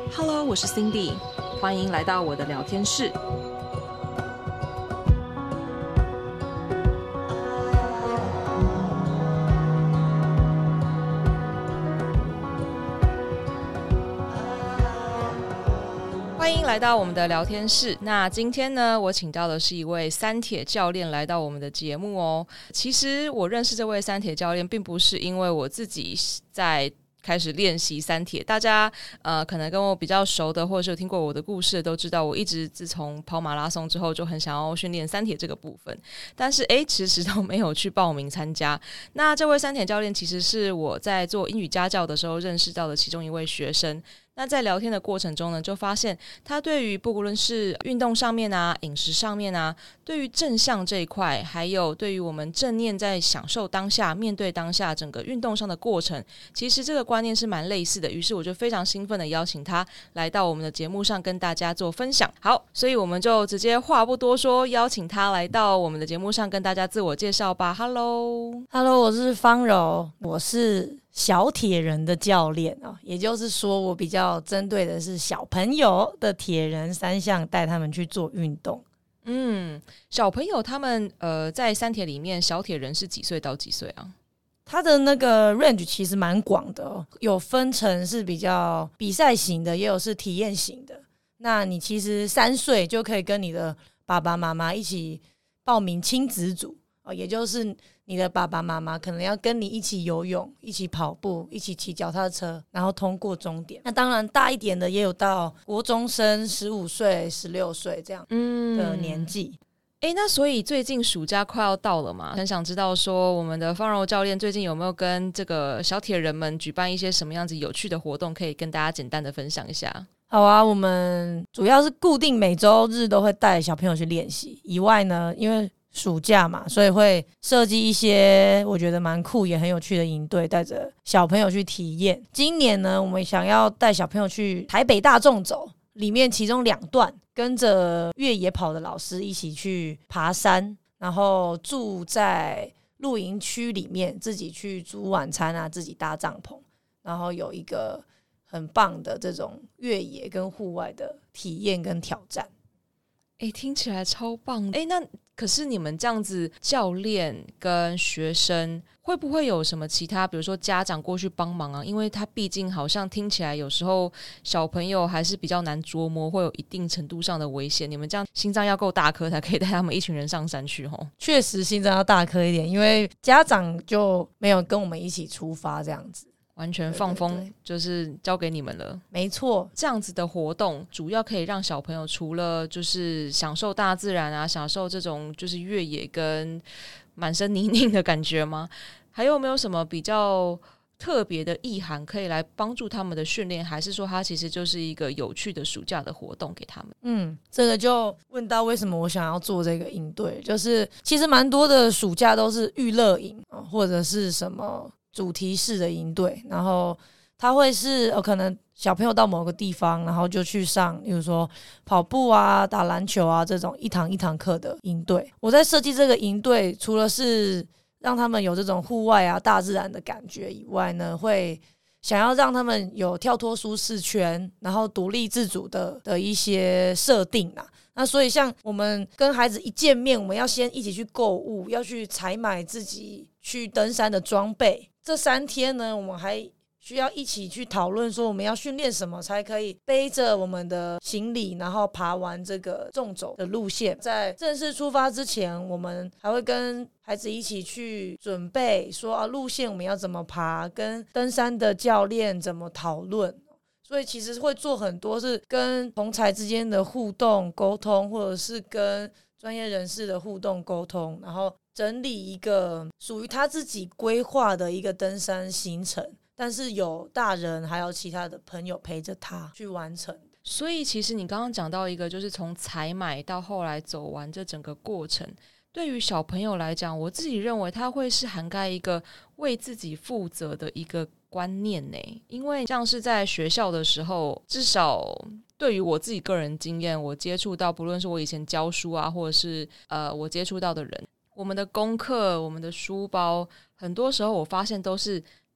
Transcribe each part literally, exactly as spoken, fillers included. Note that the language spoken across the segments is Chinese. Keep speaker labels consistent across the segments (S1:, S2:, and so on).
S1: Hello， 我是 Cindy， 欢迎来到我的聊天室。欢迎来到我们的聊天室。那今天呢，我请到的是一位三铁教练来到我们的节目哦。其实我认识这位三铁教练，并不是因为我自己在开始练习三铁，大家呃可能跟我比较熟的，或者是有听过我的故事的都知道，我一直自从跑马拉松之后就很想要训练三铁这个部分，但是诶迟迟都没有去报名参加。那这位三铁教练其实是我在做英语家教的时候认识到的其中一位学生。那在聊天的过程中呢，就发现他对于不论是运动上面啊、饮食上面啊，对于正向这一块，还有对于我们正念在享受当下、面对当下整个运动上的过程，其实这个观念是蛮类似的。于是我就非常兴奋的邀请他来到我们的节目上跟大家做分享。好，所以我们就直接话不多说，邀请他来到我们的节目上跟大家自我介绍吧。 Hello
S2: Hello， 我是方柔，我是小铁人的教练哦，也就是说我比较针对的是小朋友的铁人三项，带他们去做运动。
S1: 嗯，小朋友他们呃在三铁里面，小铁人是几岁到几岁啊？
S2: 他的那个 range 其实蛮广的哦，有分成是比较比赛型的，也有是体验型的。那你其实三岁就可以跟你的爸爸妈妈一起报名亲子组哦，也就是你的爸爸妈妈可能要跟你一起游泳、一起跑步、一起骑脚踏车，然后通过终点。那当然大一点的也有到国中生十五岁、十六岁这样的年纪。
S1: 哎、嗯，那所以最近暑假快要到了嘛，很想知道说我们的方柔教练最近有没有跟这个小铁人们举办一些什么样子有趣的活动，可以跟大家简单的分享一下。
S2: 好啊，我们主要是固定每周日都会带小朋友去练习，以外呢，因为暑假嘛，所以会设计一些我觉得蛮酷也很有趣的营队，带着小朋友去体验。今年呢，我们想要带小朋友去台北大纵走，里面其中两段跟着越野跑的老师一起去爬山，然后住在露营区里面，自己去煮晚餐啊，自己搭帐篷，然后有一个很棒的这种越野跟户外的体验跟挑战。
S1: 哎，听起来超棒！哎，那可是你们这样子，教练跟学生会不会有什么其他，比如说家长过去帮忙啊？因为他毕竟好像听起来有时候小朋友还是比较难捉摸，会有一定程度上的危险。你们这样心脏要够大颗，才可以带他们一群人上山去吼。
S2: 确实心脏要大颗一点，因为家长就没有跟我们一起出发这样子。
S1: 完全放风，
S2: 对对对，
S1: 就是交给你们了。
S2: 没错，
S1: 这样子的活动主要可以让小朋友除了就是享受大自然啊，享受这种就是越野跟满身泥泞的感觉吗？还有没有什么比较特别的意涵可以来帮助他们的训练？还是说它其实就是一个有趣的暑假的活动给他们？
S2: 嗯，这个就问到为什么我想要做这个营队，就是其实蛮多的暑假都是娱乐营或者是什么主题式的营队，然后他会是、呃、可能小朋友到某个地方，然后就去上例如说跑步啊、打篮球啊这种一堂一堂课的营队。我在设计这个营队，除了是让他们有这种户外啊大自然的感觉以外呢，会想要让他们有跳脱舒适圈，然后独立自主的的一些设定啊。那所以像我们跟孩子一见面，我们要先一起去购物，要去采买自己去登山的装备。这三天呢，我们还需要一起去讨论说我们要训练什么才可以背着我们的行李，然后爬完这个纵走的路线。在正式出发之前，我们还会跟孩子一起去准备说啊，路线我们要怎么爬，跟登山的教练怎么讨论。所以其实会做很多是跟同侪之间的互动沟通，或者是跟专业人士的互动沟通，然后整理一个属于他自己规划的一个登山行程，但是有大人还有其他的朋友陪着他去完成。
S1: 所以其实你刚刚讲到一个，就是从采买到后来走完这整个过程，对于小朋友来讲，我自己认为它会是涵盖一个为自己负责的一个观念呢。因为像是在学校的时候，至少对于我自己个人经验，我接触到不论是我以前教书啊，或者是呃我接触到的人，我们的功课、我们的书包，很多时候我发现都是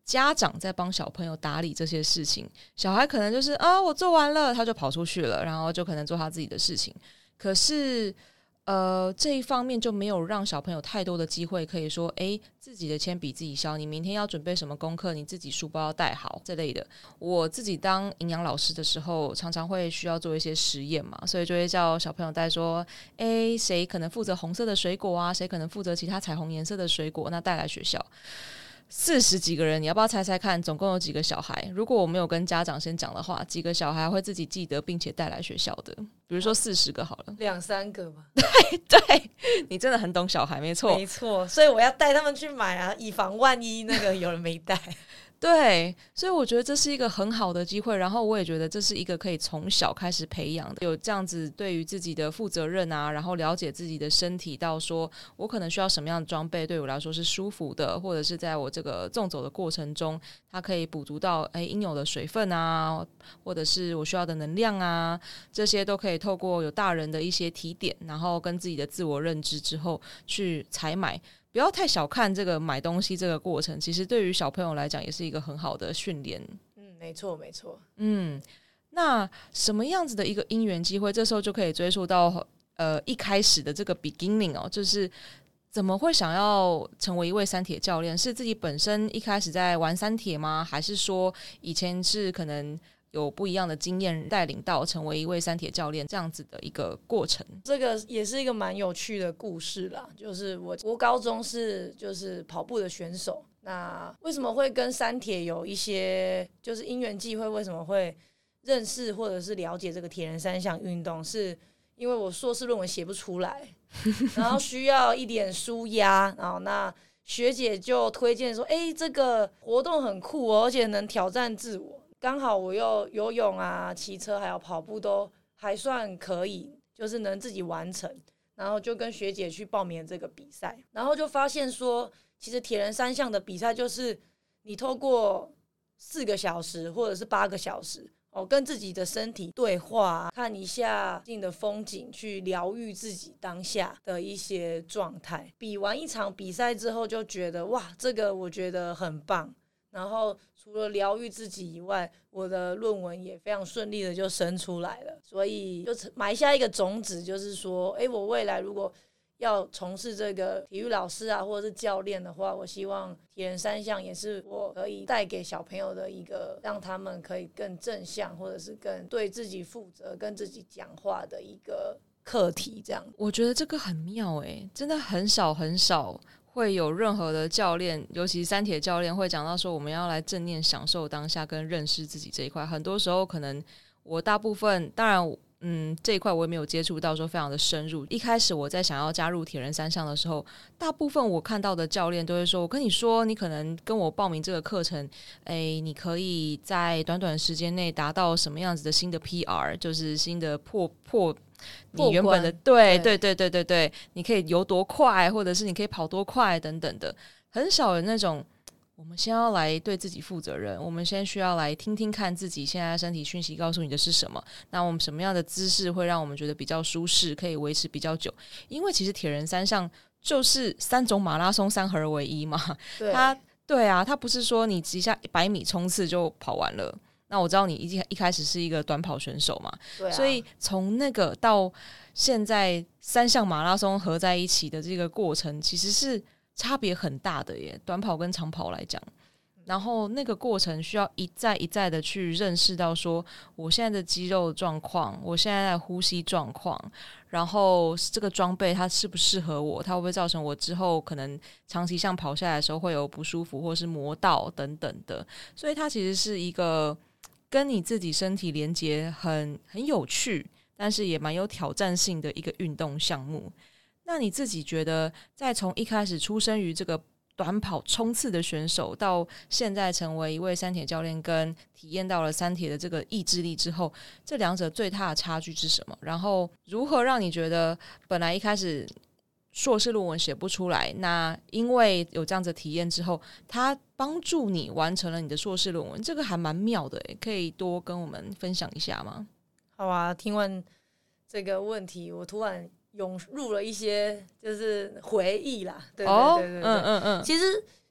S1: 家长在帮小朋友打理这些事情，小孩可能就是啊我做完了他就跑出去了，然后就可能做他自己的事情，可是呃，这一方面就没有让小朋友太多的机会可以说，诶，自己的铅笔自己削，你明天要准备什么功课，你自己书包要带好这类的。我自己当营养老师的时候，常常会需要做一些实验嘛，所以就会叫小朋友带说，诶，谁可能负责红色的水果啊，谁可能负责其他彩虹颜色的水果，那带来学校。四十几个人，你要不要猜猜看总共有几个小孩？如果我没有跟家长先讲的话，几个小孩会自己记得并且带来学校的？比如说四十个好了，
S2: 两三个吧。
S1: 对对，你真的很懂小孩，没错
S2: 没错，所以我要带他们去买啊，以防万一那个有人没带。
S1: 对，所以我觉得这是一个很好的机会，然后我也觉得这是一个可以从小开始培养的，有这样子对于自己的负责任啊，然后了解自己的身体，到说我可能需要什么样的装备对我来说是舒服的，或者是在我这个纵走的过程中它可以补足到哎应有的水分啊，或者是我需要的能量啊，这些都可以透过有大人的一些提点，然后跟自己的自我认知之后去采买。不要太小看这个买东西这个过程，其实对于小朋友来讲也是一个很好的训练。
S2: 嗯，没错没错。
S1: 嗯，那什么样子的一个因缘机会，这时候就可以追溯到呃一开始的这个 beginning 哦，就是怎么会想要成为一位三铁教练？是自己本身一开始在玩三铁吗？还是说以前是可能有不一样的经验带领到成为一位三铁教练这样子的一个过程？
S2: 这个也是一个蛮有趣的故事啦，就是我我高中是就是跑步的选手，那为什么会跟三铁有一些就是因缘际会，为什么会认识或者是了解这个铁人三项运动，是因为我硕士论文写不出来然后需要一点抒压，然后那学姐就推荐说，哎，这个活动很酷哦，而且能挑战自我，刚好我又游泳啊、骑车还有跑步都还算可以，就是能自己完成，然后就跟学姐去报名这个比赛，然后就发现说其实铁人三项的比赛就是你透过四个小时或者是八个小时哦，跟自己的身体对话，看一下近的风景，去疗愈自己当下的一些状态。比完一场比赛之后就觉得哇，这个我觉得很棒，然后除了疗愈自己以外，我的论文也非常顺利的就生出来了，所以就埋下一个种子，就是说哎，我未来如果要从事这个体育老师啊或者是教练的话，我希望铁人三项也是我可以带给小朋友的一个让他们可以更正向或者是更对自己负责跟自己讲话的一个课题。这样
S1: 我觉得这个很妙耶，真的很少很少会有任何的教练，尤其是三铁教练会讲到说我们要来正念享受当下跟认识自己这一块。很多时候可能我大部分当然嗯，这一块我也没有接触到说非常的深入。一开始我在想要加入铁人三项的时候，大部分我看到的教练都会说，我跟你说你可能跟我报名这个课程，诶，你可以在短短时间内达到什么样子的新的 P R， 就是新的破破你原本的对对对对对对，你可以游多快，或者是你可以跑多快等等的。很少有那种我们先要来对自己负责任，我们先需要来听听看自己现在身体讯息告诉你的是什么，那我们什么样的姿势会让我们觉得比较舒适，可以维持比较久。因为其实铁人三项就是三种马拉松三合为一嘛，
S2: 对
S1: 它对啊，它不是说你一下一百米冲刺就跑完了。那我知道你一一开始是一个短跑选手嘛，
S2: 对啊，
S1: 所以从那个到现在三项马拉松合在一起的这个过程，其实是差别很大的耶，短跑跟长跑来讲。然后那个过程需要一再一再的去认识到说我现在的肌肉状况，我现在的呼吸状况，然后这个装备它适不适合我，它会不会造成我之后可能长期像跑下来的时候会有不舒服或是磨到等等的。所以它其实是一个跟你自己身体连结很很有趣，但是也蛮有挑战性的一个运动项目。那你自己觉得在从一开始出生于这个短跑冲刺的选手到现在成为一位三铁教练，跟体验到了三铁的这个意志力之后，这两者最大的差距是什么？然后如何让你觉得本来一开始硕士论文写不出来，那因为有这样子的体验之后，它帮助你完成了你的硕士论文，这个还蛮妙的耶，可以多跟我们分享一下吗？
S2: 好啊，听完这个问题我突然涌入了一些就是回忆啦，对对对对对、哦、
S1: 嗯嗯嗯，
S2: 其实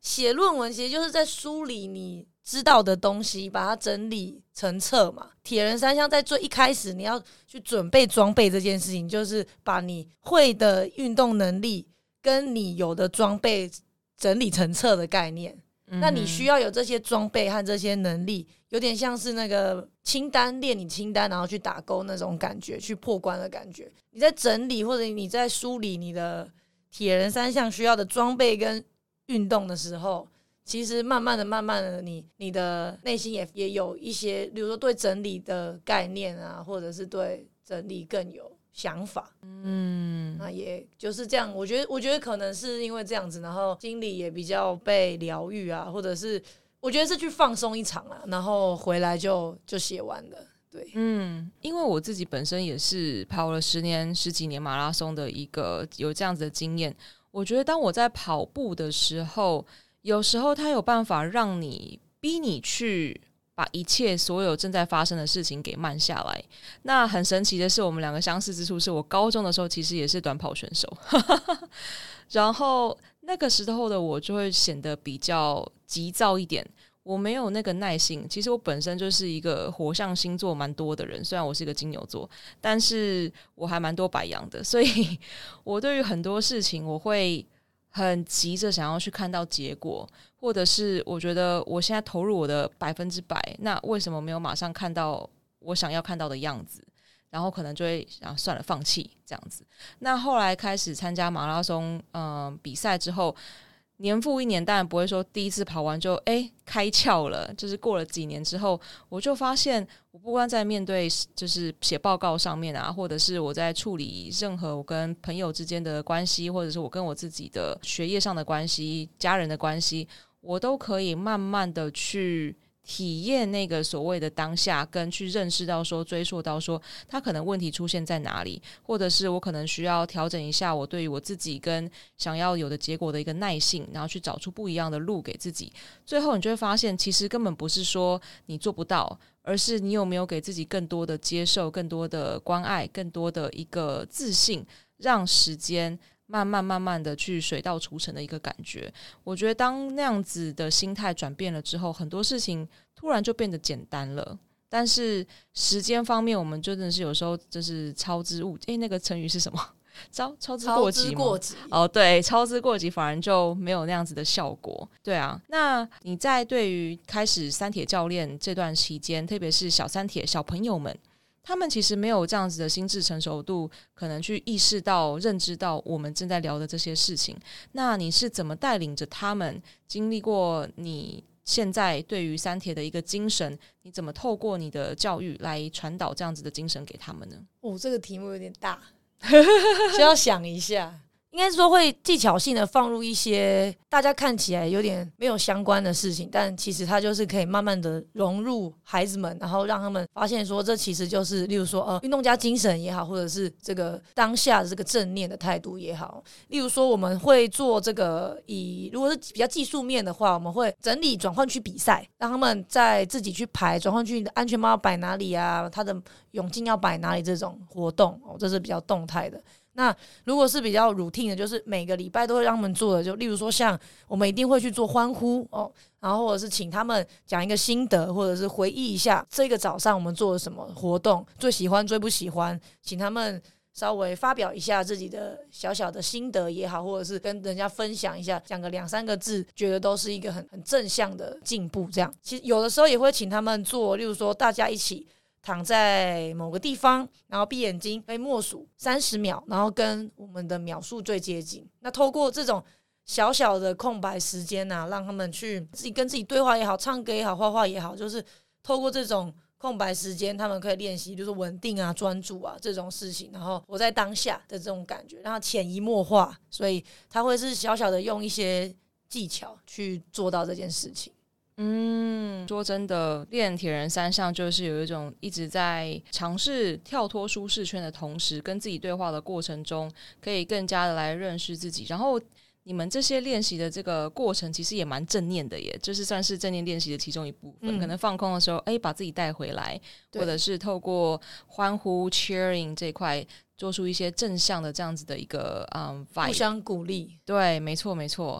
S2: 写论文其实就是在梳理你知道的东西，把它整理成册嘛。铁人三项在最一开始你要去准备装备这件事情，就是把你会的运动能力跟你有的装备整理成册的概念。嗯、那你需要有这些装备和这些能力，有点像是那个清单，列你清单然后去打勾那种感觉，去破关的感觉。你在整理或者你在梳理你的铁人三项需要的装备跟运动的时候，其实慢慢的慢慢的你你的内心也也有一些比如说对整理的概念啊，或者是对整理更有想法。嗯，那也就是这样，我觉得我觉得可能是因为这样子，然后心里也比较被疗愈啊，或者是我觉得是去放松一场啊，然后回来就就写完了。对，
S1: 嗯，因为我自己本身也是跑了十年十几年马拉松的一个有这样子的经验，我觉得当我在跑步的时候，有时候它有办法让你逼你去把一切所有正在发生的事情给慢下来。那很神奇的是，我们两个相似之处是我高中的时候其实也是短跑选手然后那个时候的我就会显得比较急躁一点，我没有那个耐性。其实我本身就是一个火象星座蛮多的人，虽然我是一个金牛座，但是我还蛮多白羊的，所以我对于很多事情我会很急着想要去看到结果，或者是我觉得我现在投入我的百分之百，那为什么没有马上看到我想要看到的样子，然后可能就会想算了放弃这样子。那后来开始参加马拉松、呃、比赛之后，年复一年，当然不会说第一次跑完就哎开窍了，就是过了几年之后，我就发现我不光在面对就是写报告上面啊，或者是我在处理任何我跟朋友之间的关系，或者是我跟我自己的学业上的关系、家人的关系，我都可以慢慢的去体验那个所谓的当下，跟去认识到说追溯到说他可能问题出现在哪里，或者是我可能需要调整一下我对于我自己跟想要有的结果的一个耐性，然后去找出不一样的路给自己。最后你就会发现其实根本不是说你做不到，而是你有没有给自己更多的接受、更多的关爱、更多的一个自信，让时间慢慢慢慢的去水到渠成的一个感觉。我觉得当那样子的心态转变了之后，很多事情突然就变得简单了。但是时间方面，我们真的是有时候就是操之误诶，那个成语是什么？超超之过急吗？超之过急哦，对，超之过急反而就没有那样子的效果。对啊，那你在对于开始三铁教练这段期间，特别是小三铁小朋友们，他们其实没有这样子的心智成熟度，可能去意识到、认知到我们正在聊的这些事情。那你是怎么带领着他们经历过你现在对于三铁的一个精神，你怎么透过你的教育来传导这样子的精神给他们呢？
S2: 哦，这个题目有点大需要想一下。应该是说会技巧性的放入一些大家看起来有点没有相关的事情，但其实它就是可以慢慢的融入孩子们，然后让他们发现说这其实就是例如说呃运动家精神也好，或者是这个当下的这个正念的态度也好。例如说我们会做这个，以如果是比较技术面的话，我们会整理转换区比赛，让他们在自己去排转换区的安全帽要摆哪里啊，他的泳镜要摆哪里，这种活动、哦、这是比较动态的。那如果是比较 routine 的，就是每个礼拜都会让他们做的，就例如说像我们一定会去做欢呼哦，然后或者是请他们讲一个心得，或者是回忆一下这个早上我们做了什么活动，最喜欢最不喜欢，请他们稍微发表一下自己的小小的心得也好，或者是跟人家分享一下，讲个两三个字，觉得都是一个很很正向的进步。这样其实有的时候也会请他们做，例如说大家一起躺在某个地方，然后闭眼睛，可以默数三十秒，然后跟我们的秒数最接近。那透过这种小小的空白时间啊，让他们去自己跟自己对话也好，唱歌也好，画画也好，就是透过这种空白时间，他们可以练习就是稳定啊、专注啊这种事情，然后活在当下的这种感觉，让他潜移默化。所以他会是小小的用一些技巧去做到这件事情。
S1: 嗯，说真的，练铁人三项就是有一种一直在尝试跳脱舒适圈的同时，跟自己对话的过程中，可以更加的来认识自己。然后你们这些练习的这个过程其实也蛮正念的耶，就是算是正念练习的其中一部分、嗯、可能放空的时候哎，把自己带回来，或者是透过欢呼 cheering 这一块做出一些正向的这样子的一个、um, vibe，
S2: 互相鼓励。
S1: 对，没错没错。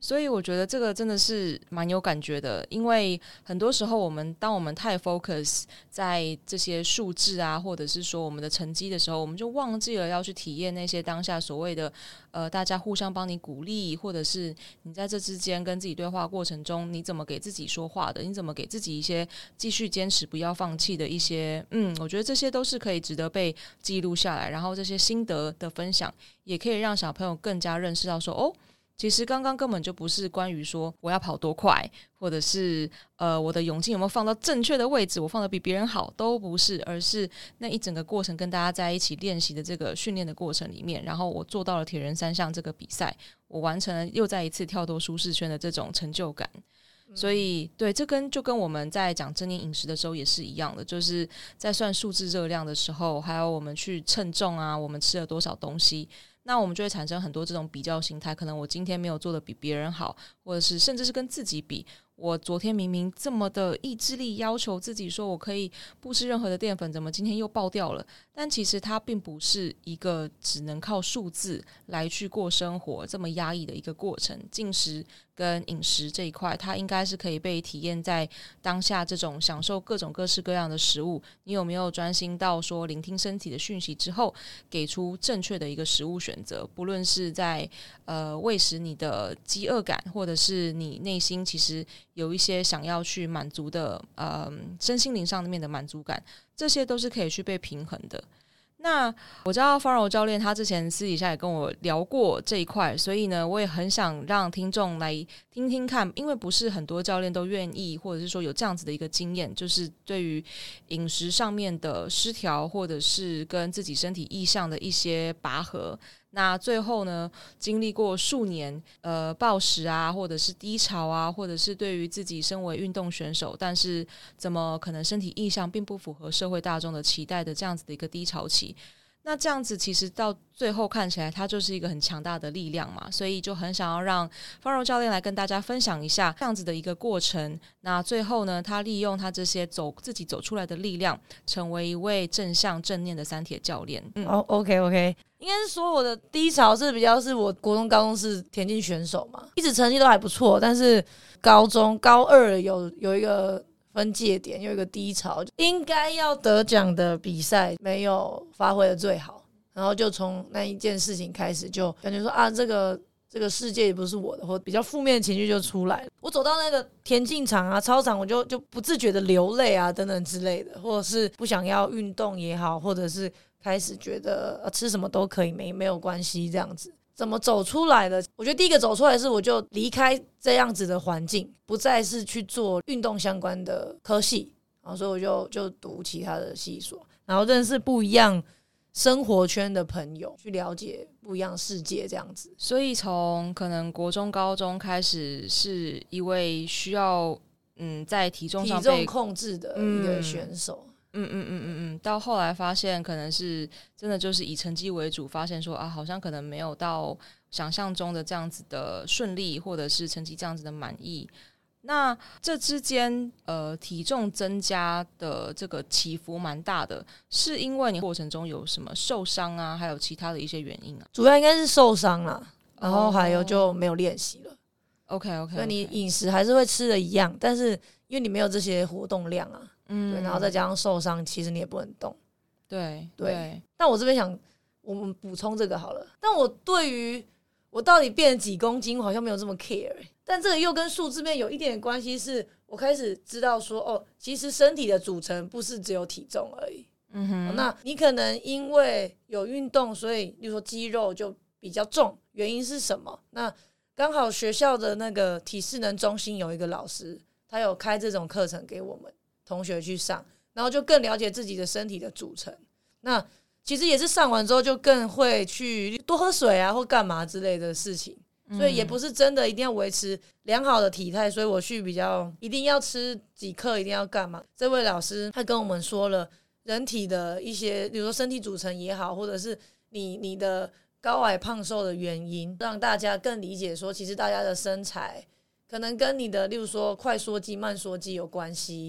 S1: 所以我觉得这个真的是蛮有感觉的，因为很多时候我们当我们太 focus 在这些数字啊，或者是说我们的成绩的时候，我们就忘记了要去体验那些当下所谓的呃大家互相帮你鼓励，或者是你在这之间跟自己对话过程中，你怎么给自己说话的，你怎么给自己一些继续坚持不要放弃的一些嗯，我觉得这些都是可以值得被记录下来，然后这些心得的分享也可以让小朋友更加认识到说哦，其实刚刚根本就不是关于说我要跑多快，或者是呃我的泳镜有没有放到正确的位置，我放的比别人好，都不是，而是那一整个过程跟大家在一起练习的这个训练的过程里面，然后我做到了铁人三项这个比赛，我完成了又再一次跳脱舒适圈的这种成就感。所以对，这跟就跟我们在讲正念饮食的时候也是一样的，就是在算数字热量的时候，还有我们去称重啊，我们吃了多少东西，那我们就会产生很多这种比较心态，可能我今天没有做的比别人好，或者是甚至是跟自己比，我昨天明明这么的意志力要求自己说我可以不吃任何的淀粉，怎么今天又爆掉了？但其实它并不是一个只能靠数字来去过生活这么压抑的一个过程，进食跟饮食这一块它应该是可以被体验在当下这种享受各种各式各样的食物，你有没有专心到说聆听身体的讯息之后给出正确的一个食物选择，不论是在呃喂食你的饥饿感，或者是你内心其实有一些想要去满足的呃身心灵上面的满足感，这些都是可以去被平衡的。那我知道方柔教练他之前私底下也跟我聊过这一块，所以呢我也很想让听众来听听看，因为不是很多教练都愿意，或者是说有这样子的一个经验，就是对于饮食上面的失调，或者是跟自己身体意向的一些拔河，那最后呢经历过数年呃暴食啊，或者是低潮啊，或者是对于自己身为运动选手但是怎么可能身体意向并不符合社会大众的期待的这样子的一个低潮期，那这样子其实到最后看起来它就是一个很强大的力量嘛，所以就很想要让方柔教练来跟大家分享一下这样子的一个过程，那最后呢他利用他这些走自己走出来的力量，成为一位正向正念的三铁教练。
S2: 嗯哦、oh, OK OK， 应该是说我的低潮是比较是我国中高中是田径选手嘛，一直成绩都还不错，但是高中高二有有一个分界点，有一个低潮，应该要得奖的比赛没有发挥的最好，然后就从那一件事情开始就感觉说啊这个这个世界也不是我的，或比较负面的情绪就出来了。我走到那个田径场啊操场，我就就不自觉的流泪啊等等之类的，或者是不想要运动也好，或者是开始觉得、呃、吃什么都可以，没没有关系这样子。怎么走出来的？我觉得第一个走出来是我就离开这样子的环境，不再是去做运动相关的科系，然后所以我就就读其他的系所，然后认识不一样生活圈的朋友，去了解不一样世界这样子。
S1: 所以从可能国中高中开始是一位需要嗯在体重上被
S2: 体重控制的一个选手，
S1: 嗯嗯嗯嗯嗯，到后来发现可能是真的就是以成绩为主，发现说啊好像可能没有到想象中的这样子的顺利，或者是成绩这样子的满意。那这之间呃体重增加的这个起伏蛮大的，是因为你过程中有什么受伤啊，还有其他的一些原因啊？
S2: 主要应该是受伤啦，然后还有就没有练习了。
S1: OK OK，
S2: 所以你饮食还是会吃的一样，但是因为你没有这些活动量啊，嗯，对，然后再加上受伤，其实你也不能动。
S1: 对
S2: 对,
S1: 对，
S2: 但我这边想，我们补充这个好了。但我对于我到底变了几公斤，我好像没有这么 care、欸。但这个又跟数字面有一点关系，是我开始知道说，哦，其实身体的组成不是只有体重而已。嗯哼，哦、那你可能因为有运动，所以比如说肌肉就比较重，原因是什么？那刚好学校的那个体适能中心有一个老师，他有开这种课程给我们同学去上，然后就更了解自己的身体的组成。那其实也是上完之后就更会去多喝水啊或干嘛之类的事情，所以也不是真的一定要维持良好的体态，所以我去比较一定要吃几克一定要干嘛。这位老师他跟我们说了人体的一些比如说身体组成也好，或者是你你的高矮胖瘦的原因，让大家更理解说其实大家的身材可能跟你的例如说快缩肌慢缩肌有关系，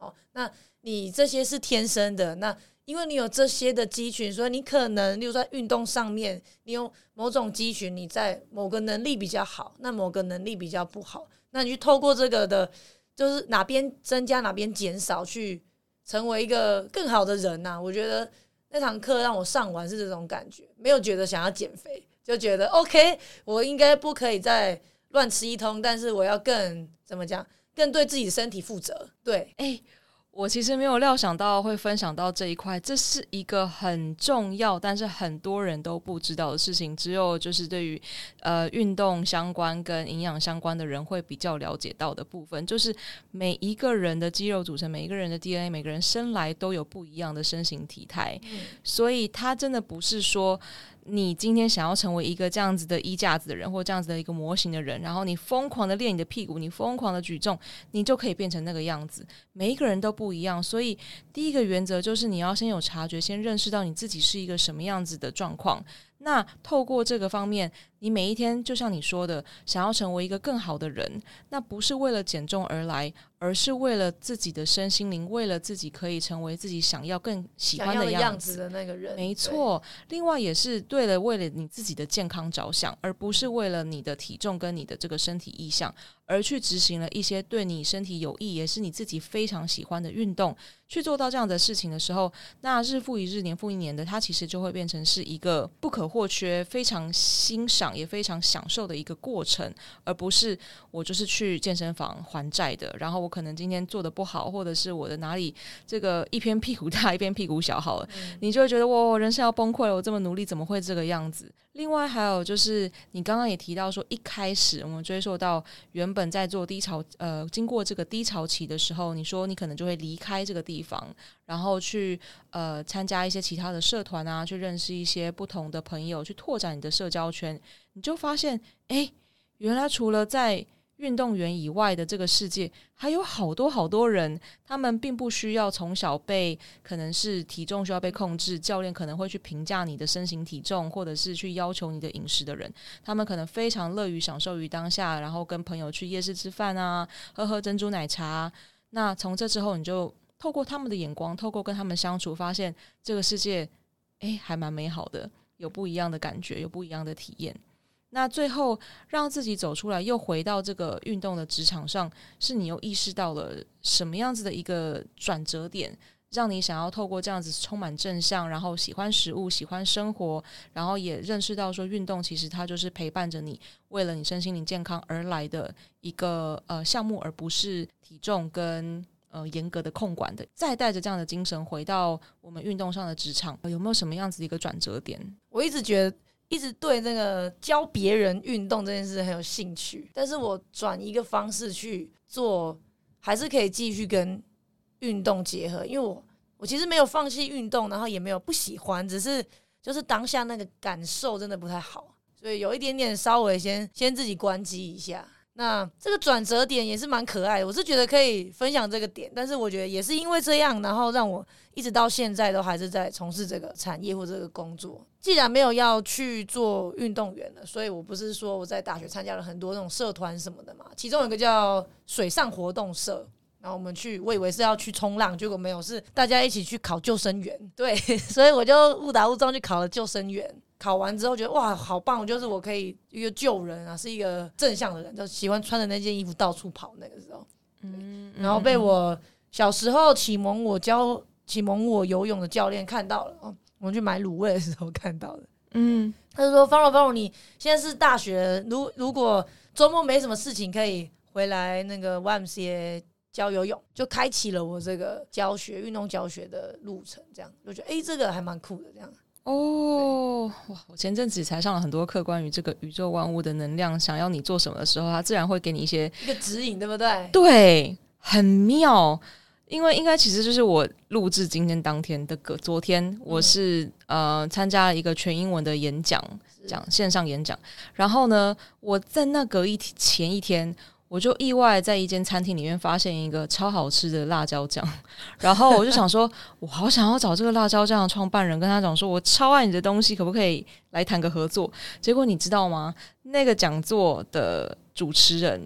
S2: 哦，那你这些是天生的，那因为你有这些的肌群，所以你可能例如在运动上面你有某种肌群，你在某个能力比较好，那某个能力比较不好，那你去透过这个的就是哪边增加哪边减少，去成为一个更好的人啊。我觉得那堂课让我上完是这种感觉，没有觉得想要减肥，就觉得 OK 我应该不可以再乱吃一通，但是我要更怎么讲，更对自己的身体负责。对，
S1: 哎、我其实没有料想到会分享到这一块，这是一个很重要但是很多人都不知道的事情，只有就是对于呃运动相关跟营养相关的人会比较了解到的部分，就是每一个人的肌肉组成，每一个人的 D N A， 每个人生来都有不一样的身形体态、嗯、所以它真的不是说你今天想要成为一个这样子的衣架子的人，或这样子的一个模型的人，然后你疯狂的练你的屁股，你疯狂的举重，你就可以变成那个样子。每一个人都不一样，所以第一个原则就是你要先有察觉，先认识到你自己是一个什么样子的状况。那透过这个方面，你每一天就像你说的，想要成为一个更好的人，那不是为了减重而来，而是为了自己的身心灵，为了自己可以成为自己想要更喜欢的样子，
S2: 想要的样子的那个人。
S1: 没错，另外也是对了为了你自己的健康着想，而不是为了你的体重跟你的这个身体意向而去执行了一些对你身体有益也是你自己非常喜欢的运动。去做到这样的事情的时候，那日复一日年复一年的，它其实就会变成是一个不可或缺非常欣赏也非常享受的一个过程，而不是我就是去健身房还债的，然后我可能今天做的不好，或者是我的哪里这个一边屁股大一边屁股小好了、嗯、你就会觉得我人生要崩溃了，我这么努力怎么会这个样子。另外还有就是你刚刚也提到说，一开始我们追溯到原本在做低潮呃，经过这个低潮期的时候，你说你可能就会离开这个地方，然后去呃参加一些其他的社团啊，去认识一些不同的朋友，去拓展你的社交圈。你就发现诶，原来除了在运动员以外的这个世界，还有好多好多人，他们并不需要从小被可能是体重需要被控制，教练可能会去评价你的身形体重，或者是去要求你的饮食的人，他们可能非常乐于享受于当下，然后跟朋友去夜市吃饭啊，喝喝珍珠奶茶。那从这之后，你就透过他们的眼光，透过跟他们相处，发现这个世界诶还蛮美好的，有不一样的感觉，有不一样的体验。那最后让自己走出来，又回到这个运动的职场上，是你又意识到了什么样子的一个转折点，让你想要透过这样子充满正向，然后喜欢食物，喜欢生活，然后也认识到说运动其实它就是陪伴着你，为了你身心灵健康而来的一个呃项目，而不是体重跟呃严格的控管的。再带着这样的精神回到我们运动上的职场，有没有什么样子的一个转折点？
S2: 我一直觉得一直对那个教别人运动这件事很有兴趣，但是我转一个方式去做，还是可以继续跟运动结合。因为我我其实没有放弃运动，然后也没有不喜欢，只是就是当下那个感受真的不太好，所以有一点点稍微先先自己关机一下。那这个转折点也是蛮可爱的，我是觉得可以分享这个点，但是我觉得也是因为这样，然后让我一直到现在都还是在从事这个产业或这个工作。既然没有要去做运动员了，所以我不是说我在大学参加了很多那种社团什么的嘛，其中有一个叫水上活动社，然后我们去，我以为是要去冲浪，结果没有，是大家一起去考救生员。对，所以我就误打误撞去考了救生员。考完之后觉得哇好棒，就是我可以一个救人啊，是一个正向的人，就喜欢穿着那件衣服到处跑那个时候。嗯，然后被我小时候启蒙我教启蒙我游泳的教练看到了，哦，我们去买卤味的时候看到的。嗯，他就说方柔方柔，你现在是大学，如如果周末没什么事情，可以回来那个 Y M C A 教游泳，就开启了我这个教学运动教学的路程。这样就觉得哎，这个还蛮酷的这样。
S1: 哦，哇！我前阵子才上了很多课关于这个宇宙万物的能量，想要你做什么的时候，它自然会给你一些
S2: 一个指引，对不对？
S1: 对，很妙。因为应该其实就是我录制今天当天的个昨天，我是、嗯、呃参加了一个全英文的演讲，讲线上演讲。然后呢，我在那隔一前一天，我就意外在一间餐厅里面发现一个超好吃的辣椒酱，然后我就想说我好想要找这个辣椒酱的创办人，跟他讲说我超爱你的东西，可不可以来谈个合作。结果你知道吗，那个讲座的主持人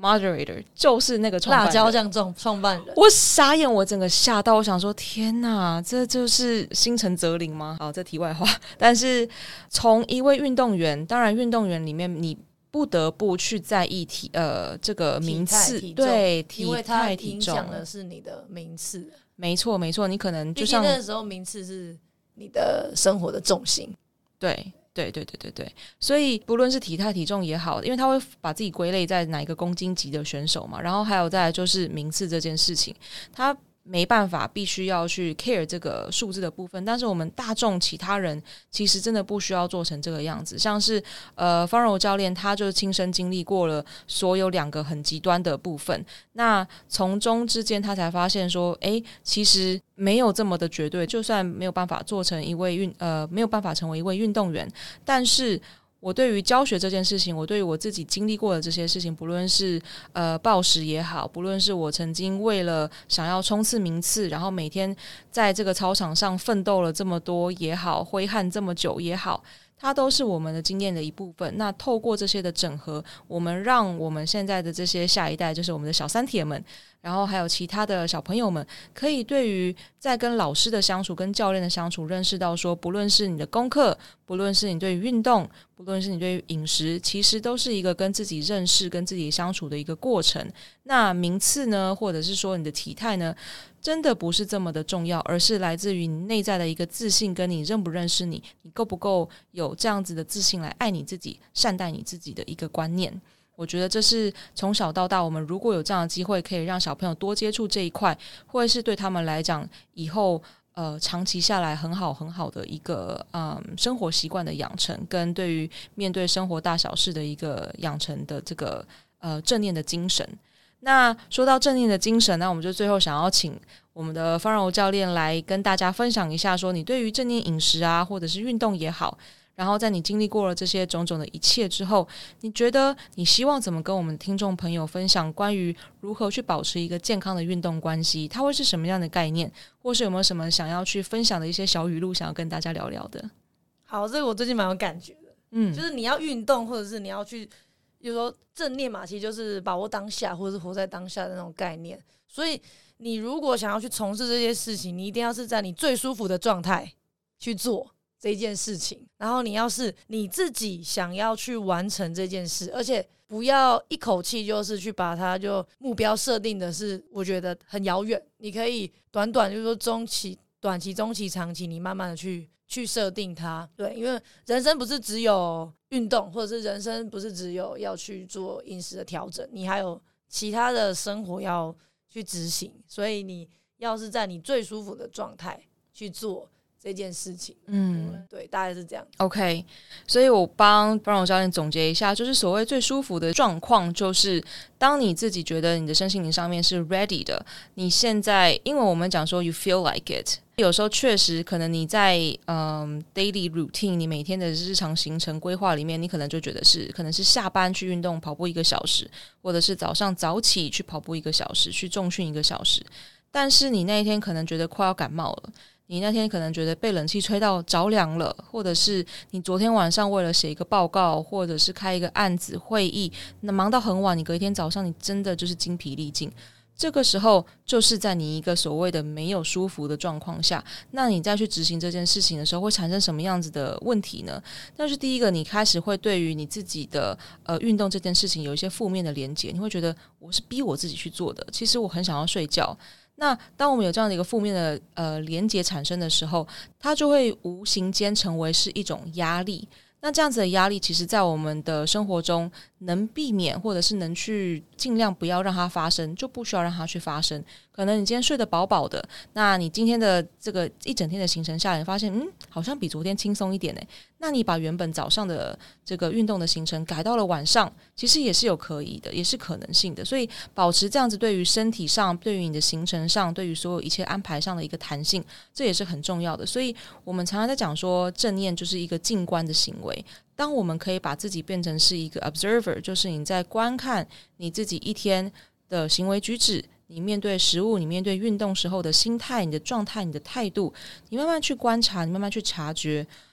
S1: moderator 就是那个创办人
S2: 辣椒酱创创办人。
S1: 我傻眼，我整个吓到，我想说天哪，这就是心诚则灵吗？好，这题外话。但是从一位运动员，当然运动员里面你不得不去在意体呃这个名次，
S2: 体
S1: 对，
S2: 因为它
S1: 体
S2: 影响的是你的名次。
S1: 没错没错，你可能就像
S2: 毕竟那个时候名次是你的生活的重心。
S1: 对对对对对对，所以不论是体态体重也好，因为他会把自己归类在哪一个公斤级的选手嘛，然后还有再来就是名次这件事情，他没办法必须要去 care 这个数字的部分，但是我们大众其他人其实真的不需要做成这个样子。像是呃方柔教练他就亲身经历过了所有两个很极端的部分，那从中之间他才发现说诶其实没有这么的绝对，就算没有办法做成一位运呃没有办法成为一位运动员，但是我对于教学这件事情，我对于我自己经历过的这些事情，不论是呃暴食也好，不论是我曾经为了想要冲刺名次，然后每天在这个操场上奋斗了这么多也好，挥汗这么久也好，它都是我们的经验的一部分。那透过这些的整合，我们让我们现在的这些下一代，就是我们的小三铁们，然后还有其他的小朋友们，可以对于在跟老师的相处跟教练的相处认识到说，不论是你的功课，不论是你对于运动，不论是你对于饮食，其实都是一个跟自己认识跟自己相处的一个过程。那名次呢，或者是说你的体态呢，真的不是这么的重要，而是来自于你内在的一个自信，跟你认不认识你，你够不够有这样子的自信来爱你自己，善待你自己的一个观念。我觉得这是从小到大，我们如果有这样的机会可以让小朋友多接触这一块，会是对他们来讲以后呃长期下来很好很好的一个嗯生活习惯的养成，跟对于面对生活大小事的一个养成的这个呃正念的精神。那说到正念的精神，那我们就最后想要请我们的方柔教练来跟大家分享一下，说你对于正念饮食啊，或者是运动也好，然后在你经历过了这些种种的一切之后，你觉得你希望怎么跟我们听众朋友分享关于如何去保持一个健康的运动关系？它会是什么样的概念，或是有没有什么想要去分享的一些小语录想要跟大家聊聊的？
S2: 好，这个我最近蛮有感觉的，嗯，就是你要运动，或者是你要去，比如说正念嘛，其实就是把握当下，或者是活在当下的那种概念。所以你如果想要去从事这些事情，你一定要是在你最舒服的状态去做这件事情，然后你要是你自己想要去完成这件事，而且不要一口气就是去把它就目标设定的是我觉得很遥远，你可以短短就是说中期、短期、中期、长期，你慢慢的去去设定它。对，因为人生不是只有运动，或者是人生不是只有要去做饮食的调整，你还有其他的生活要去执行，所以你要是在你最舒服的状态去做这件事情。嗯，对，大概是这样。
S1: OK， 所以我帮方柔教练总结一下，就是所谓最舒服的状况，就是当你自己觉得你的身心灵上面是 ready 的，你现在因为我们讲说 you feel like it， 有时候确实可能你在嗯 daily routine， 你每天的日常行程规划里面，你可能就觉得是可能是下班去运动跑步一个小时，或者是早上早起去跑步一个小时，去重训一个小时，但是你那一天可能觉得快要感冒了，你那天可能觉得被冷气吹到着凉了，或者是你昨天晚上为了写一个报告，或者是开一个案子会议，那忙到很晚，你隔一天早上你真的就是精疲力尽，这个时候就是在你一个所谓的没有舒服的状况下，那你再去执行这件事情的时候会产生什么样子的问题呢？但是第一个，你开始会对于你自己的呃运动这件事情有一些负面的连结，你会觉得我是逼我自己去做的，其实我很想要睡觉。那当我们有这样的一个负面的呃连结产生的时候，它就会无形间成为是一种压力。那这样子的压力，其实在我们的生活中能避免，或者是能去尽量不要让它发生，就不需要让它去发生。可能你今天睡得饱饱的，那你今天的这个一整天的行程下来，你发现嗯，好像比昨天轻松一点耶，那你把原本早上的这个运动的行程改到了晚上，其实也是有可以的，也是可能性的。所以保持这样子对于身体上，对于你的行程上，对于所有一切安排上的一个弹性，这也是很重要的。所以我们常常在讲说，正念就是一个静观的行为。当我们可以把自己变成是一个 observer， 就是你在观看你自己一天的行为举止，你面对食物，你面对运动时候的心态，你的状态，你的态度，你慢慢去观察，你慢慢去察觉，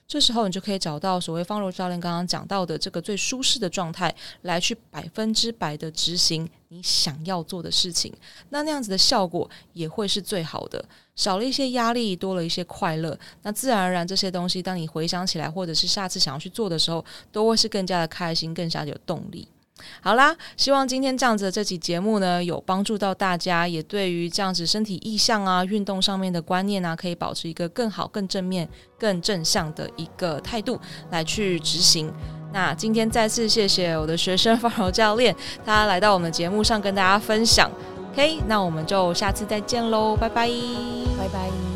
S1: 这时候你就可以找到所谓芳柔教练刚刚讲到的这个最舒适的状态，来去百分之百的执行你想要做的事情，那那样子的效果也会是最好的，少了一些压力，多了一些快乐，那自然而然这些东西当你回想起来，或者是下次想要去做的时候，都会是更加的开心，更加的有动力。好啦，希望今天这样子的这期节目呢，有帮助到大家，也对于这样子身体意象啊、运动上面的观念啊，可以保持一个更好、更正面、更正向的一个态度来去执行。那今天再次谢谢我的学生芳柔教练，他来到我们的节目上跟大家分享。OK， 那我们就下次再见喽，拜拜，
S2: 拜拜。